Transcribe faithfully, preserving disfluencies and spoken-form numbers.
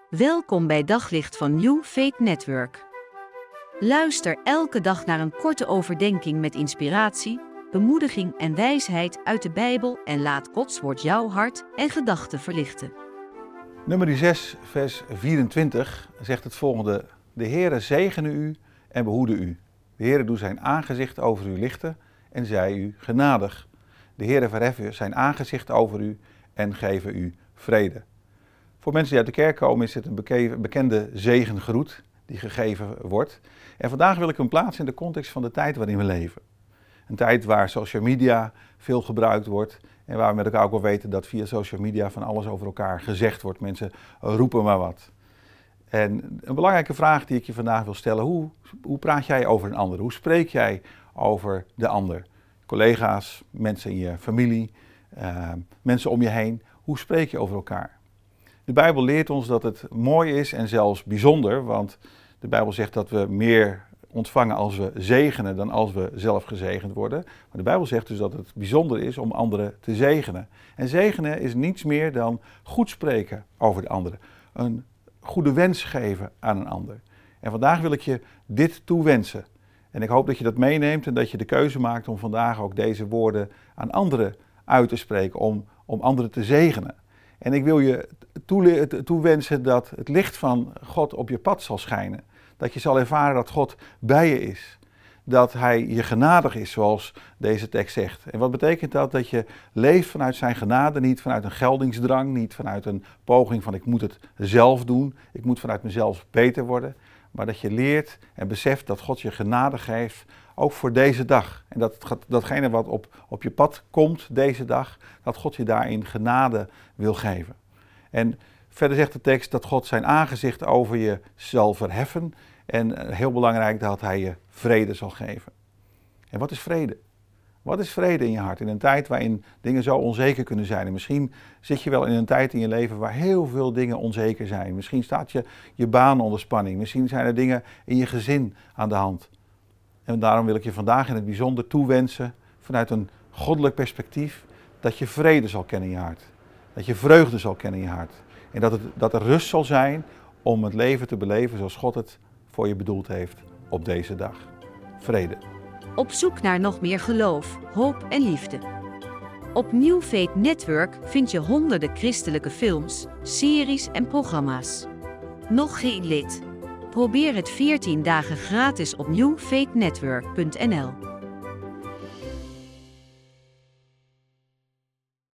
Welkom bij Daglicht van New Faith Network. Luister elke dag naar een korte overdenking met inspiratie, bemoediging en wijsheid uit de Bijbel en laat Gods woord jouw hart en gedachten verlichten. Nummer zes, vers vierentwintig zegt het volgende: De Heere zegene u en behoede u. De Heere doet zijn aangezicht over u lichten en zij u genadig. De Heere verheffen zijn aangezicht over u en geven u vrede. Voor mensen die uit de kerk komen is het een bekende zegengroet die gegeven wordt. En vandaag wil ik hem plaatsen in de context van de tijd waarin we leven. Een tijd waar social media veel gebruikt wordt en waar we met elkaar ook wel weten dat via social media van alles over elkaar gezegd wordt. Mensen roepen maar wat. En een belangrijke vraag die ik je vandaag wil stellen: hoe, hoe praat jij over een ander? Hoe spreek jij over de ander? Collega's, mensen in je familie, uh, mensen om je heen. Hoe spreek je over elkaar? De Bijbel leert ons dat het mooi is en zelfs bijzonder, want de Bijbel zegt dat we meer ontvangen als we zegenen dan als we zelf gezegend worden. Maar de Bijbel zegt dus dat het bijzonder is om anderen te zegenen. En zegenen is niets meer dan goed spreken over de ander. Een goede wens geven aan een ander. En vandaag wil ik je dit toewensen. En ik hoop dat je dat meeneemt en dat je de keuze maakt om vandaag ook deze woorden aan anderen uit te spreken, om, om anderen te zegenen. En ik wil je toewensen dat het licht van God op je pad zal schijnen. Dat je zal ervaren dat God bij je is. Dat hij je genadig is, zoals deze tekst zegt. En wat betekent dat? Dat je leeft vanuit zijn genade, niet vanuit een geldingsdrang, niet vanuit een poging van ik moet het zelf doen, ik moet vanuit mezelf beter worden. Maar dat je leert en beseft dat God je genade geeft, ook voor deze dag. En dat datgene wat op, op je pad komt deze dag, dat God je daarin genade wil geven. En verder zegt de tekst dat God zijn aangezicht over je zal verheffen. En heel belangrijk dat hij je vrede zal geven. En wat is vrede? Wat is vrede in je hart? In een tijd waarin dingen zo onzeker kunnen zijn. En misschien zit je wel in een tijd in je leven waar heel veel dingen onzeker zijn. Misschien staat je, je baan onder spanning. Misschien zijn er dingen in je gezin aan de hand. En daarom wil ik je vandaag in het bijzonder toewensen, vanuit een goddelijk perspectief, dat je vrede zal kennen in je hart. Dat je vreugde zal kennen in je hart. En dat, het, dat er rust zal zijn om het leven te beleven zoals God het voor je bedoeld heeft op deze dag. Vrede. Op zoek naar nog meer geloof, hoop en liefde. Op New Faith Network vind je honderden christelijke films, series en programma's. Nog geen lid? Probeer het veertien dagen gratis op new faith network punt n l.